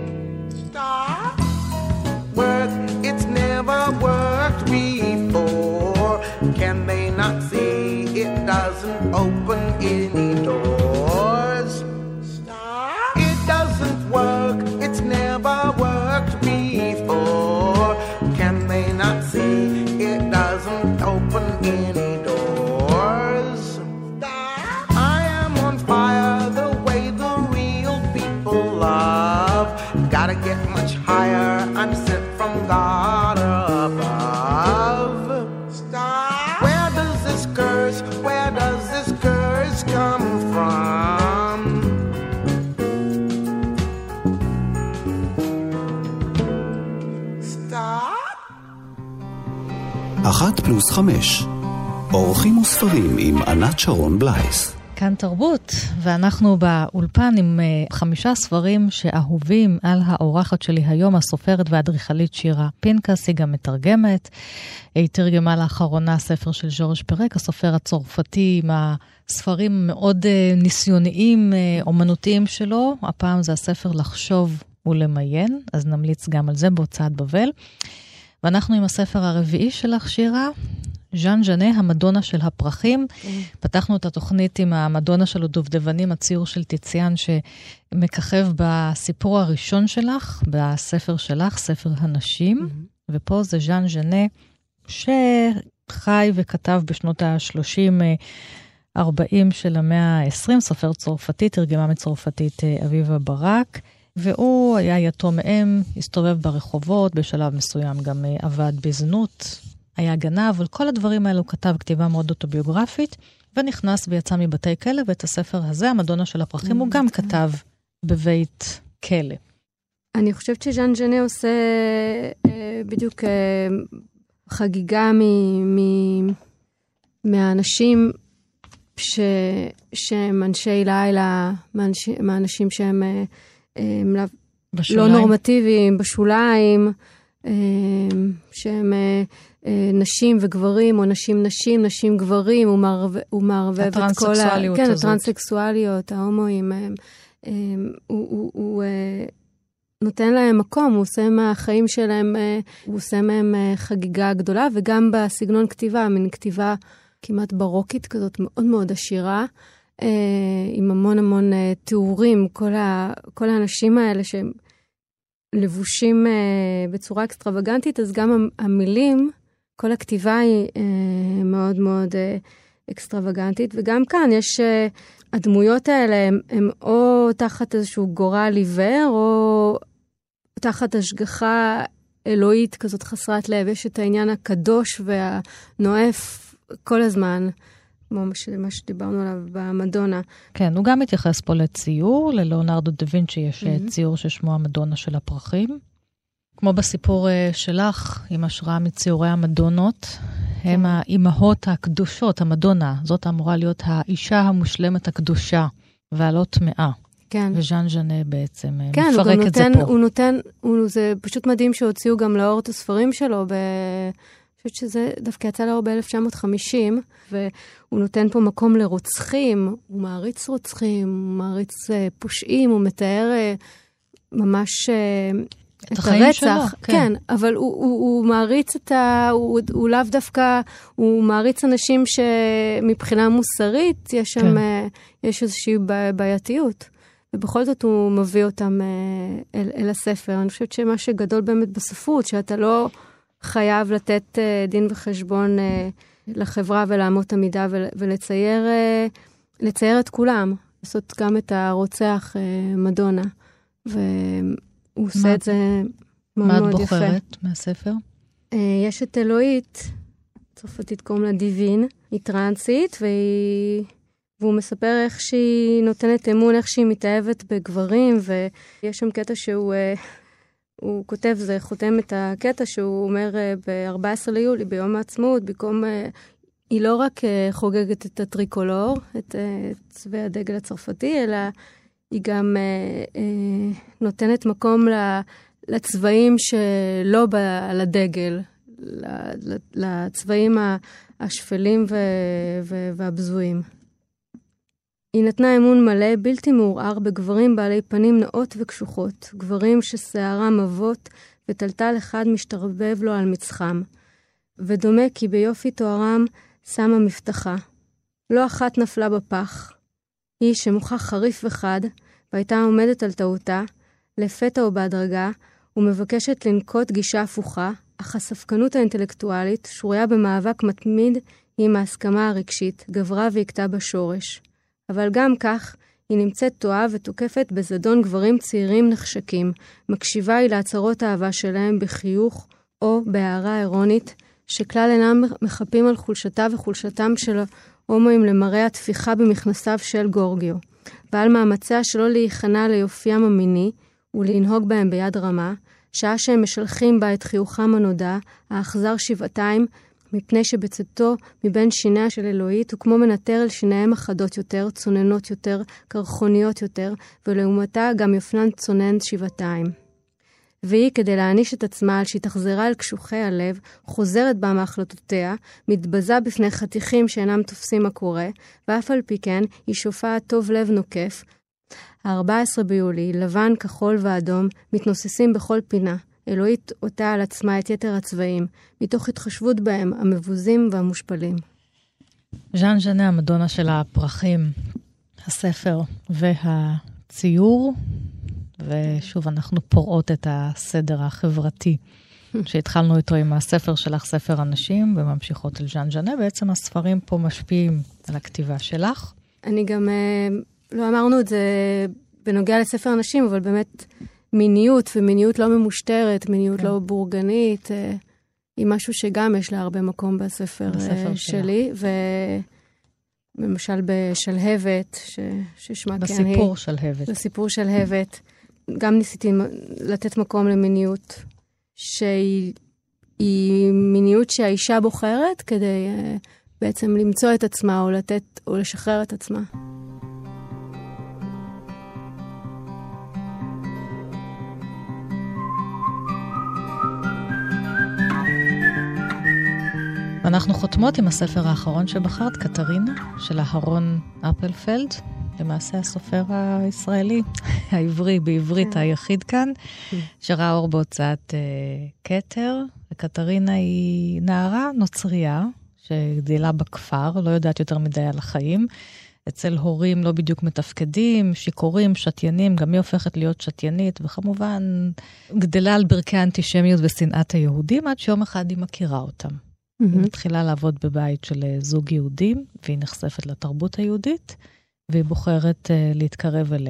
Stop. Work, it's never worked before. Can they not see it doesn't open any doors? Stop. It doesn't work, it's never worked before. Can they not see it doesn't open any doors? Stop. I am on fire the way the real people love. Gotta get much higher, I'm sent from God above. Stop. Where does this curse, where does this curse come from? Stop. אחת פלוס חמש. אורחים וספרים עם ענת שרון בלייס. כאן תרבות, ואנחנו באולפן עם חמישה ספרים שאהובים על האורחת שלי היום, הסופרת והאדריכלית שירה פינקס, היא גם מתרגמת. היא תרגמה לאחרונה ספר של ז'ורג' פרק, הסופר הצרפתי עם הספרים מאוד ניסיוניים, אומנותיים שלו. הפעם זה הספר לחשוב ולמיין, אז נמליץ גם על זה בהוצאת בבל. ואנחנו עם הספר הרביעי שלך, שירה, ז'אן ז'נה, המדונה של הפרחים. פתחנו את התוכנית עם המדונה של הדובדבנים, הציור של טיציאן שמככב בסיפור הראשון שלך, בספר שלך, ספר הנשים. ופה זה ז'אן ז'נה שחי וכתב בשנות ה-שלושים ארבעים של המאה ה-עשרים, סופר צרפתי, תרגמה מצרפתית אביבה ברק. והוא היה יתום אם, הסתובב ברחובות, בשלב מסוים גם עבד בזנות, היה גנב, אבל כל הדברים האלו כתב כתיבה מאוד אוטוביוגרפית, ונכנס ויצא מבתי כלא, ואת הספר הזה, המדונה של הפרחים, הוא גם כתב בבית כלא. אני חושבת שז'אן ז'נה עושה בדיוק חגיגה מהאנשים שהם אנשי לילה, מהאנשים שהם לא נורמטיביים, בשוליים, שהם נשים וגברים, או נשים נשים, נשים גברים, הוא מערבב את כל ה... הטרנסקסואליות כן, הזאת. הטרנסקסואליות, ההומואים, הוא נותן להם מקום, הוא עושה מהחיים שלהם, הוא עושה מהם חגיגה גדולה, וגם בסגנון כתיבה, מן כתיבה כמעט ברוקית כזאת, מאוד מאוד עשירה, עם המון המון תיאורים, כל, ה, כל האנשים האלה שהם לבושים בצורה אקסטרווגנטית, אז גם המילים, כל הכתיבה היא מאוד מאוד אקסטרווגנטית, וגם כאן יש, הדמויות האלה הם, הם או תחת איזשהו גורל עיוור, או תחת השגחה אלוהית כזאת חסרת לב, יש את העניין הקדוש והנואף כל הזמן, כמו מה שדיברנו עליו במדונה. כן, הוא גם מתייחס פה לציור, ללאונרדו דה וינצ'י יש mm-hmm. ציור ששמו המדונה של הפרחים. כמו בסיפור שלך, עם השראה מציורי המדונות, הם האימהות הקדושות, המדונה, זאת אמורה להיות האישה המושלמת הקדושה, והלא טמאה. כן. וז'אן ז'אנה בעצם כן, מפרק הוא את זה נותן, פה. הוא נותן, הוא, זה פשוט מדהים שהוציאו גם לאור את הספרים שלו, ב... אני חושבת שזה דווקא יצא לאור ב-אלף תשע מאות וחמישים, והוא נותן פה מקום לרוצחים, הוא מעריץ רוצחים, הוא מעריץ uh, פושעים, הוא מתאר uh, ממש... Uh, את, את החיים הרצח, שלו, כן. כן, אבל הוא, הוא, הוא מעריץ את ה... הוא, הוא לאו דווקא, הוא מעריץ אנשים שמבחינה מוסרית, יש שם, כן. יש איזושהי בעייתיות. ובכל זאת הוא מביא אותם אל, אל הספר. אני חושבת שמה שגדול באמת בספרות, שאתה לא חייב לתת דין וחשבון לחברה ולאמות המידה ולצייר לצייר את כולם. לעשות גם את הרוצח מדונה. ו... הוא עושה את זה מאוד מאוד יפה. מה את בוחרת מהספר? יש את אלוהית, צרפתית קוראים לה דיווין, היא טרנסית, והיא... והוא מספר איך שהיא נותנת אמון, איך שהיא מתאהבת בגברים, ויש שם קטע שהוא הוא כותב, זה חותם את הקטע שהוא אומר ב-ארבעה עשר ליולי, ביום העצמאות, במקום... היא לא רק חוגגת את הטריקולור, את צבעי הדגל הצרפתי, אלא... היא גם אה, אה, נותנת מקום לצבעים שלא על הדגל, לצבעים השפלים והבזויים. היא נתנה אמון מלא, בלתי מעורער, בגברים בעלי פנים נאות וקשוחות, גברים ששערם אבות וטלטל אחד משתרבב לו על מצחם, ודומה כי ביופי תוארם שמה מבטחה. לא אחת נפלה בפח, היא שמוחה חריף וחד, והייתה עומדת על טעותה, לפתע או בהדרגה, ומבקשת לנקוט גישה הפוכה, אך הספקנות האינטלקטואלית שרויה במאבק מתמיד עם ההסכמה הרגשית, גברה והקטה בשורש. אבל גם כך, היא נמצאת טועה ותוקפת בזדון גברים צעירים נחשקים, מקשיבה היא להצהרות האהבה שלהם בחיוך או בהערה אירונית, שכלל אינם מחפים על חולשתה וחולשתם של הומואים למראה התפיחה במכנסיו של גורגיו, ועל מאמציה שלא להיכנע ליופיים המיני ולנהוג בהם ביד רמה, שעה שהם משלחים בה את חיוכם הנודע, האחזר שבעתיים, מפני שבצאתו מבין שיניה של אלוהית, הוא כמו מנטר אל שיניהם החדות יותר, צוננות יותר, קרחוניות יותר, ולעומתה גם יופנן צונן שבעתיים. והיא, כדי להעניש את עצמה על שהיא תחזרה אל קשוחי הלב, חוזרת בה מהחלטותיה, מתבזה בפני חתיכים שאינם תופסים מה קורה, ואף על פי כן היא שופעה טוב לב נוקף. ה-ארבעה עשר ביולי, לבן, כחול ואדום, מתנוססים בכל פינה. אלוהית אותה על עצמה את יתר הצבעים, מתוך התחשבות בהם, המבוזים והמושפלים. ז'אן ז'אנה, המדונה של הפרחים, הספר והציור, ושוב אנחנו פורעות את הסדר החברתי שהתחלנו איתו עם הספר שלך, ספר אנשים, וממשיכות אל ז'אן ז'אנה. בעצם הספרים פה משפיעים על הכתיבה שלך. אני גם, לא אמרנו את זה בנוגע לספר אנשים, אבל באמת מיניות, ומיניות לא ממושטרת, מיניות כן. לא בורגנית, היא משהו שגם יש לה הרבה מקום בספר, בספר שלי, ו... למשל בשלהבת, ש... ששמה כן היא. בסיפור שלהבת. בסיפור שלהבת. גם ניסיתי לתת מקום למיניות, שהיא מיניות שהאישה בוחרת, כדי uh, בעצם למצוא את עצמה, או לתת, או לשחרר את עצמה. אנחנו חותמות עם הספר האחרון שבחרת, קטרינה, של אהרון אפלפלד, למעשה הסופר הישראלי, העברי, בעברית היחיד כאן, שראה אור בהוצאת כתר. וקטרינה היא נערה נוצריה, שגדילה בכפר, לא יודעת יותר מדי על החיים, אצל הורים לא בדיוק מתפקדים, שיכורים, שתיינים, גם היא הופכת להיות שתיינית, וכמובן גדלה על ברכי האנטישמיות ושנאת היהודים, עד שיום אחד היא מכירה אותם. Mm-hmm. היא מתחילה לעבוד בבית של זוג יהודים, והיא נחשפת לתרבות היהודית, והיא בוחרת uh, להתקרב אליה.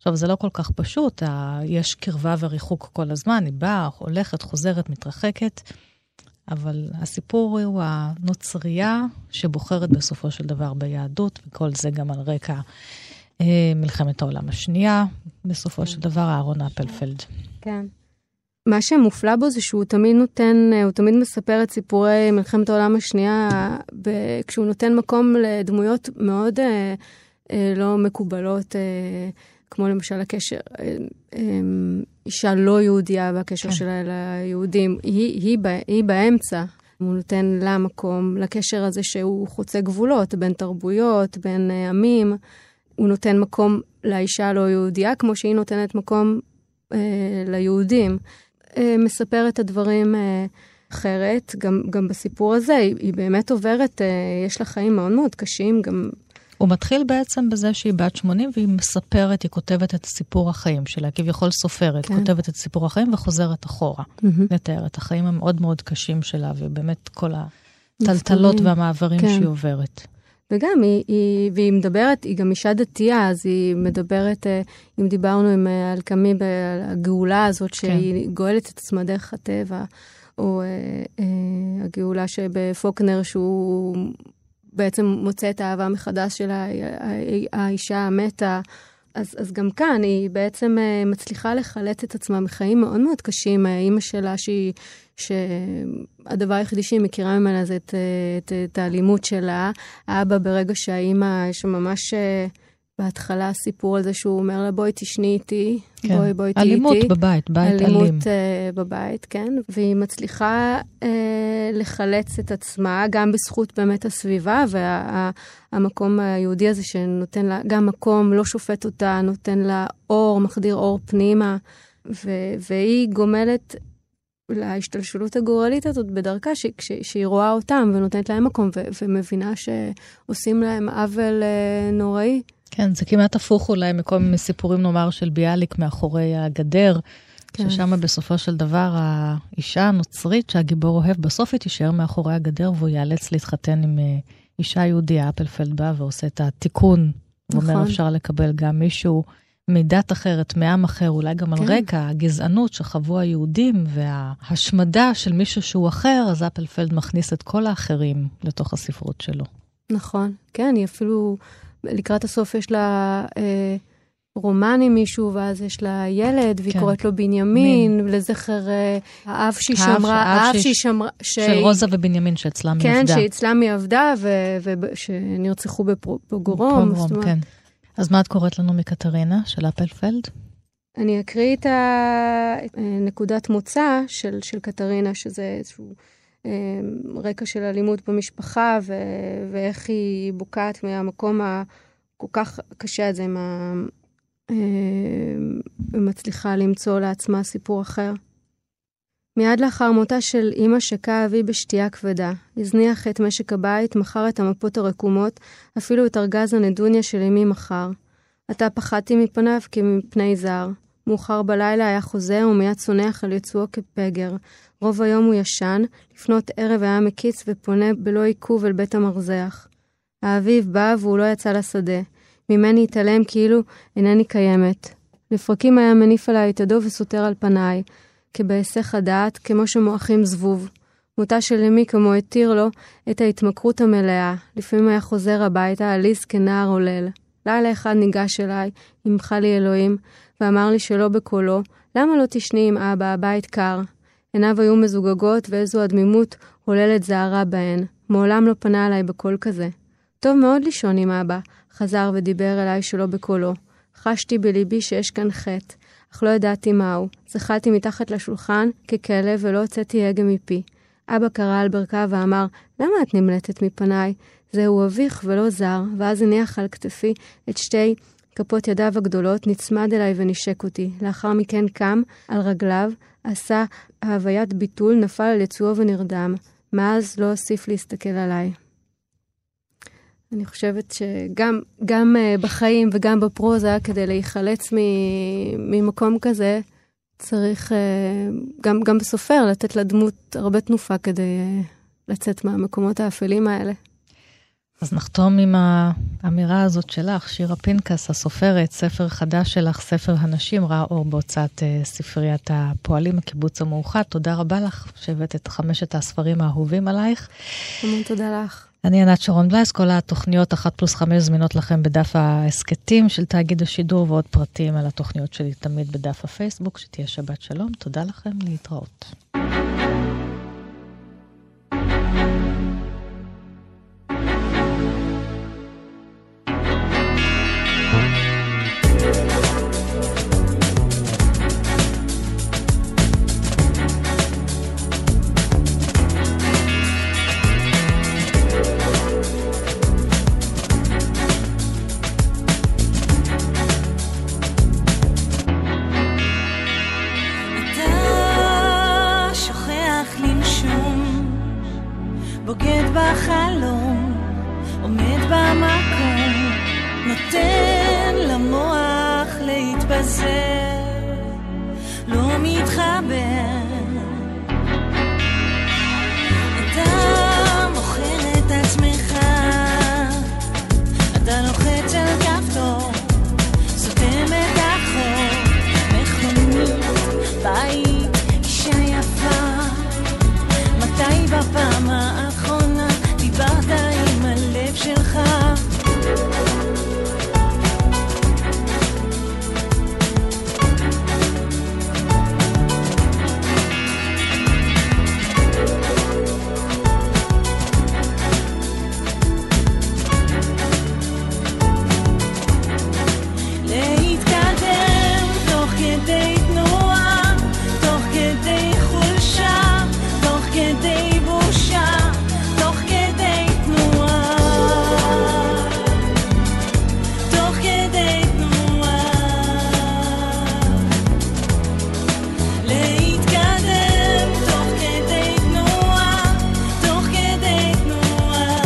עכשיו, זה לא כל כך פשוט, יש קרבה וריחוק כל הזמן, היא באה, הולכת, חוזרת, מתרחקת, אבל הסיפור הוא הנוצרייה שבוחרת בסופו של דבר ביהדות, וכל זה גם על רקע אה, מלחמת העולם השנייה, בסופו של דבר אהרון אפלפלד. כן. מה שמופלא בו זה שהוא תמיד נותן, הוא תמיד מספר את סיפורי מלחמת העולם השנייה, ב- כשהוא נותן מקום לדמויות מאוד אה, אה, לא מקובלות, אה, כמו למשל הקשר, אה, אה, אישה לא יהודיה והקשר כן. שלה ליהודים, היא, היא, היא באמצע. הוא נותן לה מקום לקשר הזה שהוא חוצה גבולות, בין תרבויות, בין אה, עמים. הוא נותן מקום לאישה הלא יהודיה, כמו שהיא נותנת מקום אה, ליהודים. אה, מספר את הדברים אה, אחרת, גם, גם בסיפור הזה, היא, היא באמת עוברת, אה, יש לה חיים מאוד מאוד קשים, גם... הוא מתחיל בעצם בזה שהיא בת שמונים, והיא מספרת, היא כותבת את סיפור החיים שלה, כביכול סופרת, כן. כותבת את סיפור החיים וחוזרת אחורה, mm-hmm. לתאר את החיים המאוד מאוד קשים שלה, ובאמת כל הטלטלות והמעברים כן. שהיא עוברת. וגם, היא, היא, והיא מדברת, היא גם אישה דתייה, אז היא מדברת, אם דיברנו עם אלקמי בגאולה הזאת, שהיא כן. גואלת את עצמה דרך הטבע, או אה, אה, הגאולה שבפוקנר, שהוא בעצם מוצא את האהבה מחדש של האישה המתה, אז, אז גם כאן היא בעצם אה, מצליחה לחלט את עצמה מחיים מאוד מאוד קשים. האמא שלה שהיא, שהדבר היחידי שהיא מכירה ממנה זה את, את, את האלימות שלה. האבא ברגע שהאמא, שממש אה, בהתחלה הסיפור על זה שהוא אומר לה בואי תשני איתי, כן. בואי בואי תהי איתי. אלימות בבית, בית אלימות, אלים. אלימות אה, בבית, כן. והיא מצליחה אה, לחלץ את עצמה, גם בזכות באמת הסביבה, והמקום וה, היהודי הזה שנותן לה, גם מקום לא שופט אותה, נותן לה אור, מחדיר אור פנימה, ו, והיא גומלת להשתלשלות הגורלית הזאת בדרכה, ש, ש, שהיא רואה אותם ונותנת להם מקום, ו, ומבינה שעושים להם עוול אה, נוראי. כן, זה כמעט הפוך אולי מכל מיני סיפורים נאמר של ביאליק מאחורי הגדר, כן. ששם בסופו של דבר האישה הנוצרית שהגיבור אוהב, בסוף היא תישאר מאחורי הגדר, והוא ייאלץ להתחתן עם אישה יהודיה. אפלפלד בא ועושה את התיקון, נכון. ואומר אפשר לקבל גם מישהו מדת אחרת, מעם אחר, אולי גם כן. על רקע הגזענות שחוו היהודים, וההשמדה של מישהו שהוא אחר, אז אפלפלד מכניס את כל האחרים לתוך הספרות שלו. נכון, כן, היא אפילו... לקראת הסוף יש לה אה, רומן עם מישהו, ואז יש לה ילד, והיא כן. קוראת לו בנימין, מין. לזכר אה, האב שהיא שמרה, האב שהיא שמרה, ש... של רוזה ובנימין שאצלם היא עבדה. כן, שאצלם היא עבדה, ושנרצחו בפוגרום. בפוגרום, כן. אז מה את קוראת לנו מקטרינה של אפלפלד? אני אקריא את הנקודת מוצא של, של קטרינה, שזה איזשהו... רקע של אלימות במשפחה, ו- ואיך היא בוקעת מהמקום הכל כך קשה הזה, מה... מצליחה למצוא לעצמה סיפור אחר. מיד לאחר מותה של אמא שקע אבי בשתייה כבדה, הזניח את משק הבית, מחר את המפות הרקומות, אפילו את ארגז הנדוניה של אמי מחר. עתה פחדתי מפניו כמפני זר. מאוחר בלילה היה חוזר ומיד צונח על יצואו כפגר. רוב היום הוא ישן, לפנות ערב היה מקיץ ופונה בלא עיכוב אל בית המרזח. האביב בא והוא לא יצא לשדה. ממני התעלם כאילו אינני קיימת. לפרקים היה מניף עליי את ידו וסותר על פניי, כבהיסח הדעת, כמו שמואחים זבוב. מותה של אמי כמו התיר לו את ההתמכרות המלאה. לפעמים היה חוזר הביתה, עליז כנער עולל. לילה אחד ניגש אליי, ימחה לי אלוהים, ואמר לי שלא בקולו, למה לא תשני עם אבא, הבית קר? עיניו היו מזוגגות ואיזו הדמימות הוללת זערה בהן. מעולם לא פנה עליי בקול כזה. טוב מאוד לישון עם אבא, חזר ודיבר אליי שלא בקולו. חשתי בליבי שיש כאן חטא, אך לא ידעתי מהו. זחלתי מתחת לשולחן ככלב ולא הוצאתי הגה מפי. אבא קרא על ברכה ואמר, למה את נמלטת מפניי? זהו אביך ולא זר, ואז הניח על כתפי את שתי כפות ידיו הגדולות, נצמד אליי ונשק אותי. לאחר מכן קם על רגליו, עשה הוויית ביטול, נפל על יצואו ונרדם. מאז לא הוסיף להסתכל עליי. אני חושבת שגם גם בחיים וגם בפרוזה, כדי להיחלץ ממקום כזה, צריך גם, גם בסופר לתת לדמות הרבה תנופה כדי לצאת מהמקומות האפלים האלה. אז נחתום עם האמירה הזאת שלך, שירה פינקס, הסופרת, ספר חדש שלך, ספר הנשים, ראה אור בהוצאת ספריית הפועלים, הקיבוץ המאוחד. תודה רבה לך, שהבאת את חמשת הספרים האהובים עלייך. המון תודה לך. אני ענת שרון בלייס, כל התוכניות אחת פלוס חמש זמינות לכם בדף העסקטים של תאגיד השידור, ועוד פרטים על התוכניות שלי תמיד בדף הפייסבוק. שתהיה שבת שלום, תודה לכם, להתראות. בוגד בחלום, עומד במקום, נותן למוח להתפזר, לא מתחבר. אתה מוכר את עצמך, אתה לוחץ על כפתור, סותם את החור, מכונית, בית, אישה יפה. מתי בפעם האחרונה דיברת עם הלב שלך? להתקדם תוך כדי תנועה, תוך כדי חולשה, תוך כדי בושה, תוך כדי תנועה, תוך כדי תנועה. להתקדם תוך כדי תנועה, תוך כדי תנועה.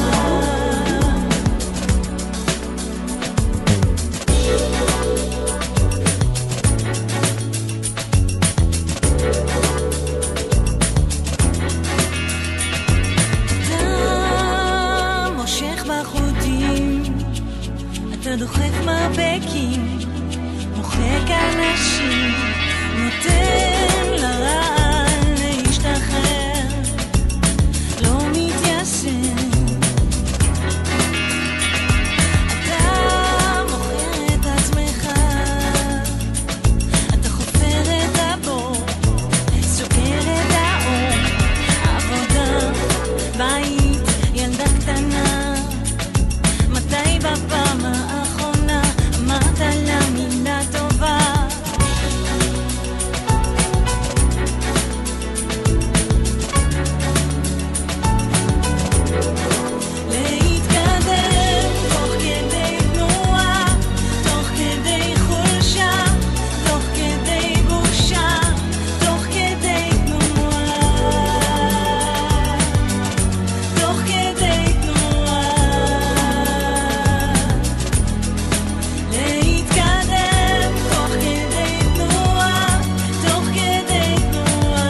אתה מושך בחוטים, אתה דוחף מרפקים, מוחק אנשים, נותן לרעל להשתחרר, לא מתייסר. אתה מוכר את עצמך, אתה חופר את הבור, סוגר את האור, עבודה, בית, ילדה קטנה. מתי בפעם האחרונה אמרת לה מילה טובה? להתקדם תוך כדי תנועה, תוך כדי חולשה, תוך כדי בושה, תוך כדי תנועה, תוך כדי תנועה. להתקדם תוך כדי תנועה, תוך כדי תנועה.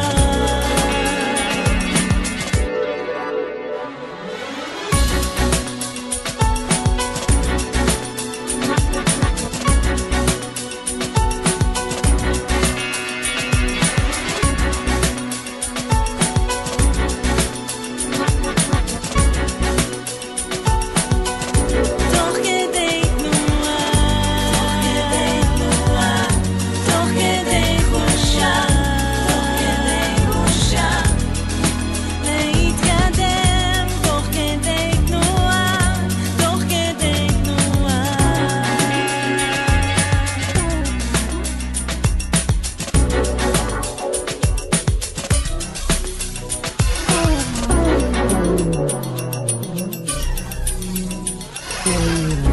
תוך כדי תנועה, תוך כדי חולשה, תוך כדי בושה. להתקדם תוך כדי תנועה, תוך כדי תנועה. Thank you.